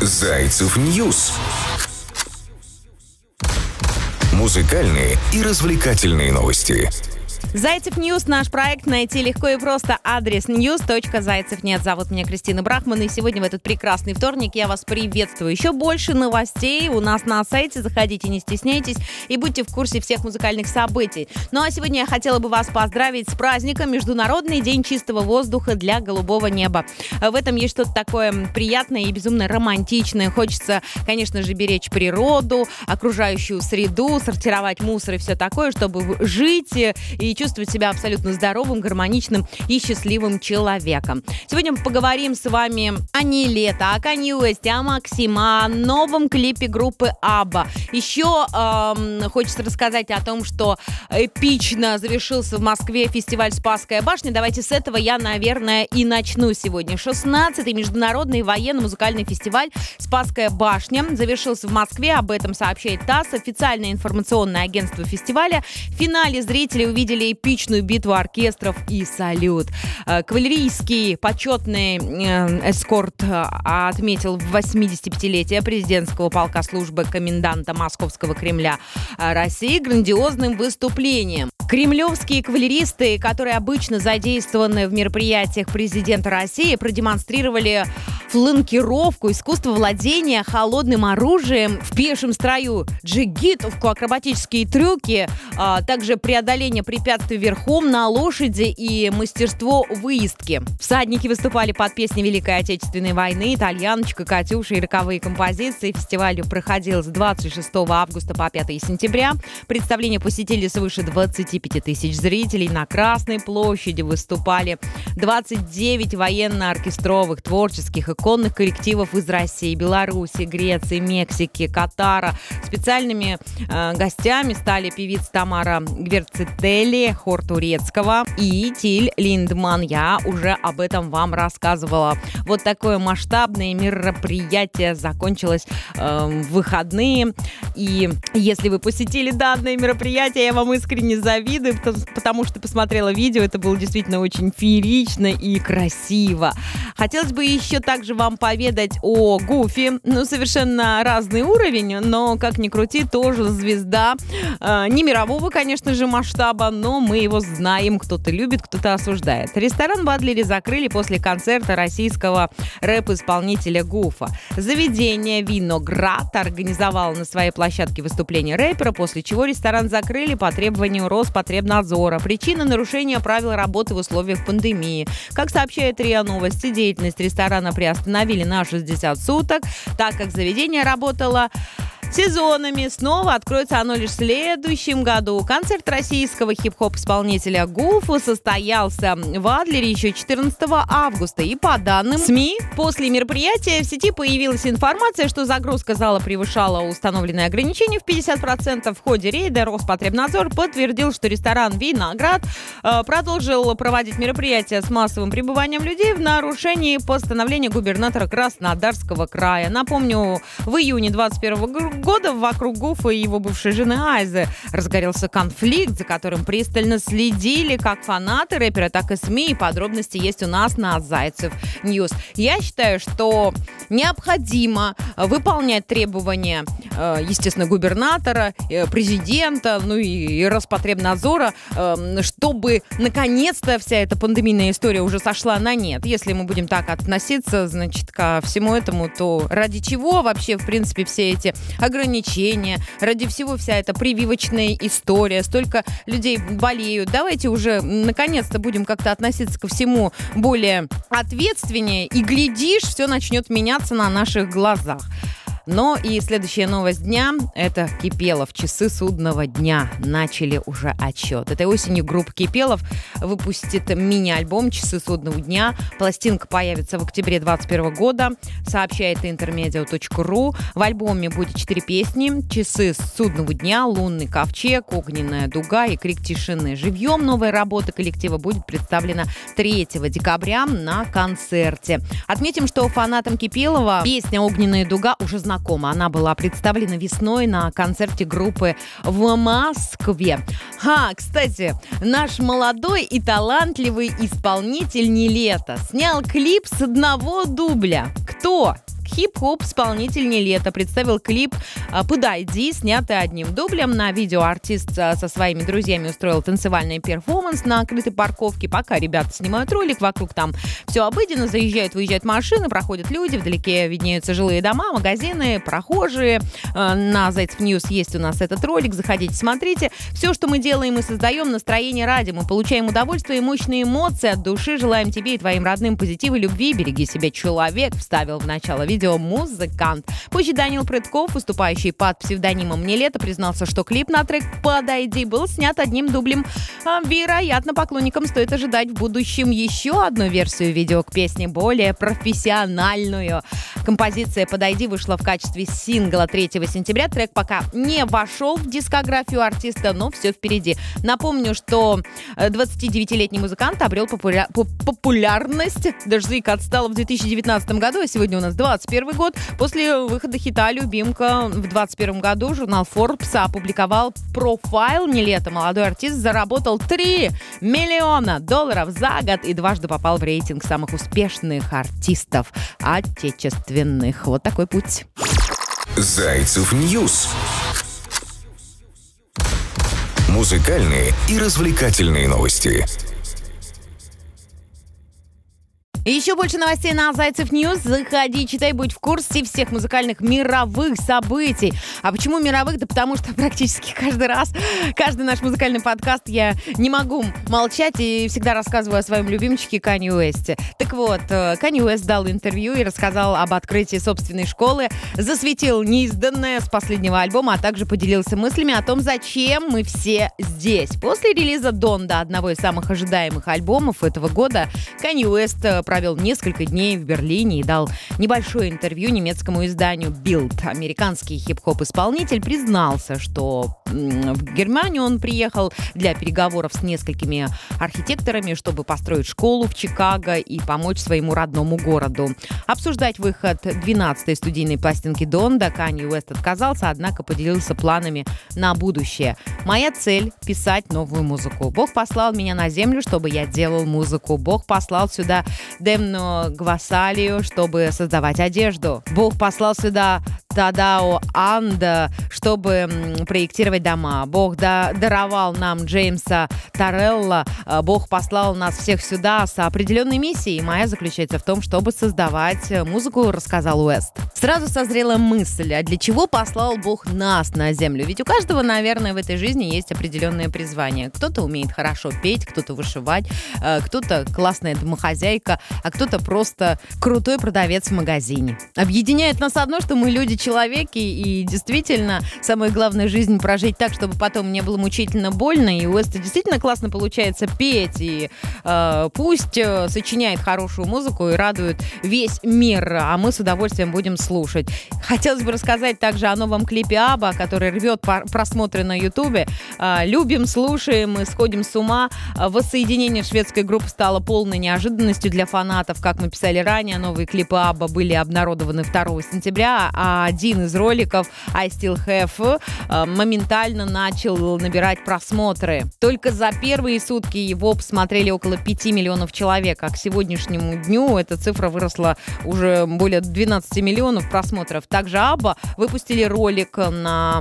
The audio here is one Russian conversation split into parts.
Зайцев Ньюс. Музыкальные и развлекательные новости. Зайцев Ньюс, наш проект. Найти легко и просто. Адрес news.зайцев.нет. Зовут меня Кристина Брахман. И сегодня в этот прекрасный вторник я вас приветствую. Еще больше новостей у нас на сайте. Заходите, не стесняйтесь и будьте в курсе всех музыкальных событий. Ну а сегодня я хотела бы вас поздравить с праздником Международный день чистого воздуха для голубого неба. В этом есть что-то такое приятное и безумно романтичное. Хочется, конечно же, беречь природу, окружающую среду, сортировать мусор и все такое, чтобы жить и чувствовать себя абсолютно здоровым, гармоничным и счастливым человеком. Сегодня мы поговорим с вами о Нилетто, о Канье Уэсте, о Максиме, о новом клипе группы Абба. Еще хочется рассказать о том, что эпично завершился в Москве фестиваль «Спасская башня». Давайте с этого я, наверное, и начну сегодня. 16-й международный военно-музыкальный фестиваль «Спасская башня» завершился в Москве. Об этом сообщает ТАСС, официальное информационное агентство фестиваля. В финале зрители увидели эпичную битву оркестров и салют. Кавалерийский почетный эскорт отметил 85-летие президентского полка службы коменданта Московского Кремля России грандиозным выступлением. Кремлевские кавалеристы, которые обычно задействованы в мероприятиях президента России, продемонстрировали фланкировку, искусство владения холодным оружием в пешем строю, джигитовку, акробатические трюки, также преодоление препятствий верхом на лошади и мастерство выездки. Всадники выступали под песни Великой Отечественной войны, «Итальяночка», «Катюша» и роковые композиции. Фестиваль проходил с 26 августа по 5 сентября. Представление посетили свыше 25 тысяч зрителей. На Красной площади выступали 29 военно-оркестровых, творческих и конных коллективов из России, Беларуси, Греции, Мексики, Катара. Специальными гостями стали певица Тамара Гверцетели, хор турецкого и Тиль Линдман. Я уже об этом вам рассказывала. Вот такое масштабное мероприятие закончилось в выходные. И если вы посетили данное мероприятие, я вам искренне завидую, потому что посмотрела видео. Это было действительно очень феерично и красиво. Хотелось бы еще также вам поведать о Гуфи. Ну, совершенно разный уровень, но, как ни крути, тоже звезда. Не мирового, конечно же, масштаба, но мы его знаем. Кто-то любит, кто-то осуждает. Ресторан в Адлере закрыли после концерта российского рэп-исполнителя Гуфа. Заведение «Виноград» организовало на своей площадке выступление рэпера, после чего ресторан закрыли по требованию Роспотребнадзора. Причина — нарушения правил работы в условиях пандемии. Как сообщает РИА Новости, деятельность ресторана приостановили на 60 суток, так как заведение работало сезонами. Снова откроется оно лишь в следующем году. Концерт российского хип-хоп-исполнителя Гуфа состоялся в Адлере еще 14 августа. И по данным СМИ, после мероприятия в сети появилась информация, что загрузка зала превышала установленные ограничения в 50%. В ходе рейда Роспотребнадзор подтвердил, что ресторан «Виноград» продолжил проводить мероприятия с массовым пребыванием людей в нарушении постановления губернатора Краснодарского края. Напомню, в июне 2021 года вокруг Гуфа и его бывшей жены Айзы разгорелся конфликт, за которым пристально следили как фанаты рэпера, так и СМИ. И подробности есть у нас на Зайцев Ньюс. Я считаю, что необходимо выполнять требования, естественно, губернатора, президента, ну и Роспотребнадзора, чтобы наконец-то вся эта пандемийная история уже сошла на нет. Если мы будем так относиться, значит, ко всему этому, то ради чего вообще, в принципе, все эти ограничения, ради всего вся эта прививочная история, столько людей болеют. Давайте уже наконец-то будем как-то относиться ко всему более ответственнее, и глядишь, все начнет меняться на наших глазах. Но и следующая новость дня – это Кипелов. Часы судного дня начали уже отсчет. Этой осенью группа Кипелов выпустит мини-альбом «Часы судного дня». Пластинка появится в октябре 2021 года, сообщает intermedia.ru. В альбоме будет 4 песни: «Часы судного дня», «Лунный ковчег», «Огненная дуга» и «Крик тишины». Живьем новая работа коллектива будет представлена 3 декабря на концерте. Отметим, что фанатам Кипелова песня «Огненная дуга» уже знакома. Она была представлена весной на концерте группы в Москве. Кстати, наш молодой и талантливый исполнитель Нилетто снял клип с одного дубля. Кто? Хип-хоп-исполнитель Нилетто представил клип «Подойди», снятый одним дублем. На видео артист со своими друзьями устроил танцевальный перформанс на открытой парковке. Пока ребята снимают ролик, вокруг там все обыденно, заезжают, выезжают машины, проходят люди, вдалеке виднеются жилые дома, магазины, прохожие. На Зайцев Ньюс есть у нас этот ролик, заходите, смотрите. Все, что мы делаем и создаем, настроение ради. Мы получаем удовольствие и мощные эмоции от души. Желаем тебе и твоим родным позитива и любви. Береги себя, человек, вставил в начало видео музыкант. Позже Данил Прытков, выступающий под псевдонимом Нилетто, признался, что клип на трек «Подойди» был снят одним дублем. Вероятно, поклонникам стоит ожидать в будущем еще одну версию видео к песне, более профессиональную. Композиция «Подойди» вышла в качестве сингла 3 сентября. Трек пока не вошел в дискографию артиста, но все впереди. Напомню, что 29-летний музыкант обрел популярность, даже заика отстала в 2019 году, а сегодня у нас 2021 год. После выхода хита «Любимка» в 2021 году журнал Forbes опубликовал профайл Нилетто. Молодой артист заработал $3 миллиона за год и дважды попал в рейтинг самых успешных артистов отечественных. Вот такой путь. Зайцев Ньюс. Музыкальные и развлекательные новости. И еще больше новостей на Зайцев Ньюс. Заходи, читай, будь в курсе всех музыкальных мировых событий. А почему мировых? Да потому что практически каждый раз, каждый наш музыкальный подкаст я не могу молчать и всегда рассказываю о своем любимчике Канье Уэсте. Так вот, Канье Уэст дал интервью и рассказал об открытии собственной школы, засветил неизданное с последнего альбома, а также поделился мыслями о том, зачем мы все здесь. После релиза «Донда», одного из самых ожидаемых альбомов этого года, Канье Уэст провел несколько дней в Берлине и дал небольшое интервью немецкому изданию Bild. Американский хип-хоп-исполнитель признался, что в Германию он приехал для переговоров с несколькими архитекторами, чтобы построить школу в Чикаго и помочь своему родному городу. Обсуждать выход 12-й студийной пластинки «Донда» Канье Уэст отказался, однако поделился планами на будущее. «Моя цель — писать новую музыку. Бог послал меня на землю, чтобы я делал музыку. Бог послал сюда Демно Гвасалию, чтобы создавать одежду. Бог послал сюда Тадао Анда, чтобы проектировать дома. Бог даровал нам Джеймса Торелла. Бог послал нас всех сюда с определенной миссией. Моя заключается в том, чтобы создавать музыку, рассказал Уэст. Сразу созрела мысль, а для чего послал Бог нас на землю? Ведь у каждого, наверное, в этой жизни есть определенное призвание. Кто-то умеет хорошо петь, кто-то вышивать, кто-то классная домохозяйка, а кто-то просто крутой продавец в магазине. Объединяет нас одно, что мы люди-человеки, и действительно самое главное — жизнь прожить так, чтобы потом не было мучительно больно. И у Уэста действительно классно получается петь, и пусть сочиняет хорошую музыку и радует весь мир, а мы с удовольствием будем слушать. Хотелось бы рассказать также о новом клипе Абба, который рвет просмотры на Ютубе. Любим, слушаем и сходим с ума. Воссоединение шведской группы стало полной неожиданностью для фанатов. Как мы писали ранее, новые клипы Абба были обнародованы 2 сентября, а один из роликов I Still Have моментально начал набирать просмотры. Только за первые сутки его посмотрели около 5 миллионов человек, а к сегодняшнему дню эта цифра выросла уже более 12 миллионов просмотров. Также Абба выпустили ролик на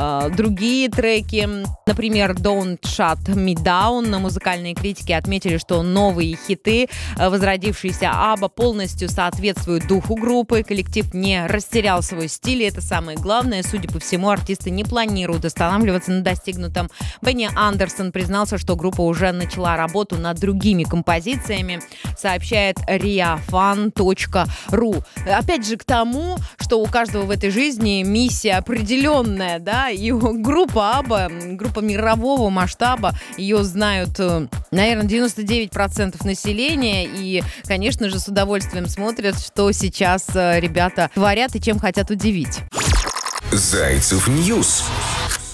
другие треки, например, Don't Shut Me Down. Музыкальные критики отметили, что новые хиты возродившиеся Абба полностью соответствуют духу группы. Коллектив не растерял свой стиль, и это самое главное. Судя по всему, артисты не планируют останавливаться на достигнутом. Бенни Андерсон признался, что группа уже начала работу над другими композициями, сообщает riafan.ru. Опять же, к тому, что у каждого в этой жизни миссия определенная, да, и группа Абба, группа мирового масштаба, ее знают, наверное, 99% населения, и, конечно же, с удовольствием смотрят, что сейчас ребята творят и чем хотят удивить. Зайцев Ньюс.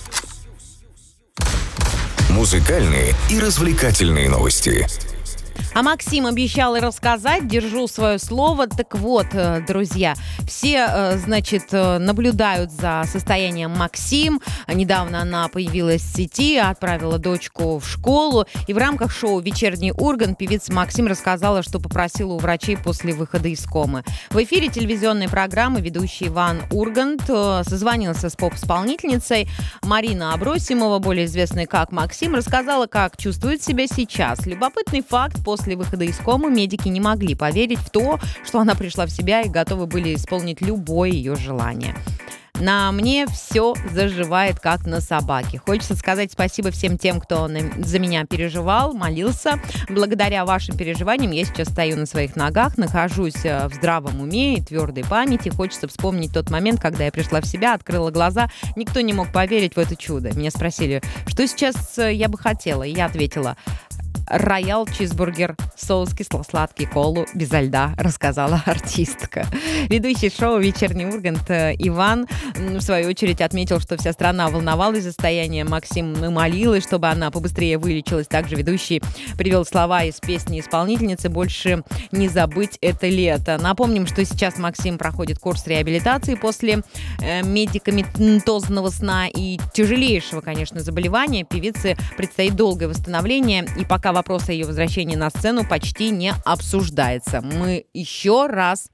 Музыкальные и развлекательные новости. А Максим обещал и рассказать, держу свое слово. Так вот, друзья, все, значит, наблюдают за состоянием Максим. Недавно она появилась в сети, отправила дочку в школу. И в рамках шоу «Вечерний Ургант» певица Максим рассказала, что попросила у врачей после выхода из комы. В эфире телевизионной программы ведущий Иван Ургант созвонился с поп-исполнительницей. Марина Абросимова, более известная как Максим, рассказала, как чувствует себя сейчас. Любопытный факт: после выхода из комы медики не могли поверить в то, что она пришла в себя и готовы были исполнить любое ее желание. На мне все заживает, как на собаке. Хочется сказать спасибо всем тем, кто за меня переживал, молился. Благодаря вашим переживаниям я сейчас стою на своих ногах, нахожусь в здравом уме и твердой памяти. Хочется вспомнить тот момент, когда я пришла в себя, открыла глаза. Никто не мог поверить в это чудо. Меня спросили, что сейчас я бы хотела. И я ответила: роял, чизбургер, соус кисло-сладкий, колу безо льда, рассказала артистка. Ведущий шоу «Вечерний Ургант» Иван, в свою очередь, отметил, что вся страна волновалась за состояние Максим и молилась, чтобы она побыстрее вылечилась. Также ведущий привел слова из песни исполнительницы «Больше не забыть это лето». Напомним, что сейчас Максим проходит курс реабилитации после медикаментозного сна и тяжелейшего, конечно, заболевания. Певице предстоит долгое восстановление, и пока вопрос о ее возвращении на сцену почти не обсуждается. Мы еще раз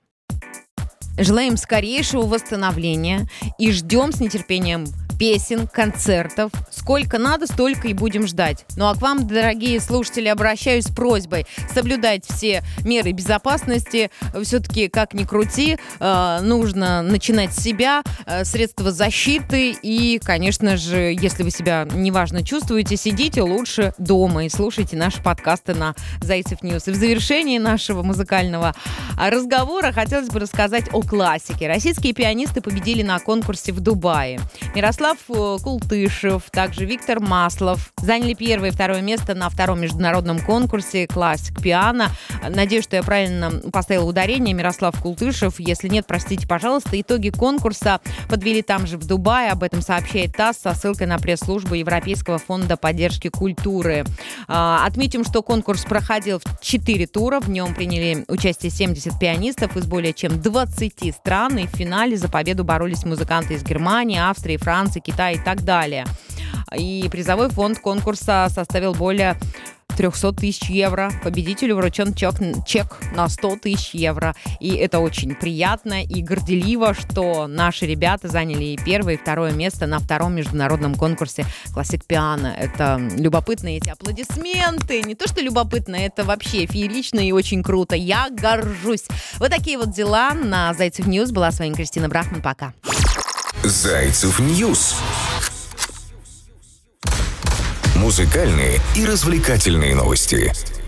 желаем скорейшего восстановления и ждем с нетерпением песен, концертов. Сколько надо, столько и будем ждать. Ну а к вам, дорогие слушатели, обращаюсь с просьбой соблюдать все меры безопасности. Все-таки, как ни крути, нужно начинать с себя, средства защиты. И, конечно же, если вы себя неважно чувствуете, сидите лучше дома и слушайте наши подкасты на Зайцев Ньюс. И в завершении нашего музыкального разговора хотелось бы рассказать о классике. Российские пианисты победили на конкурсе в Дубае. Мирослав Култышев, также Виктор Маслов заняли первое и второе место на втором международном конкурсе «Классик Пиано». Надеюсь, что я правильно поставила ударение. Мирослав Култышев. Если нет, простите, пожалуйста. Итоги конкурса подвели там же, в Дубае. Об этом сообщает ТАСС со ссылкой на пресс-службу Европейского фонда поддержки культуры. Отметим, что конкурс проходил в 4 тура. В нем приняли участие 70 пианистов из более чем 20 стран. И в финале за победу боролись музыканты из Германии, Австрии, Франции, Китая и так далее. И призовой фонд конкурса составил более 300 тысяч евро. Победителю вручен чек на 100 тысяч евро. И это очень приятно и горделиво, что наши ребята заняли и первое, и второе место на втором международном конкурсе «Классик Пиано». Это любопытно, эти аплодисменты. Не то, что любопытно, это вообще феерично и очень круто. Я горжусь. Вот такие вот дела. На Зайцев Ньюс была с вами Кристина Брахман. Пока. Зайцев Ньюс. Музыкальные и развлекательные новости.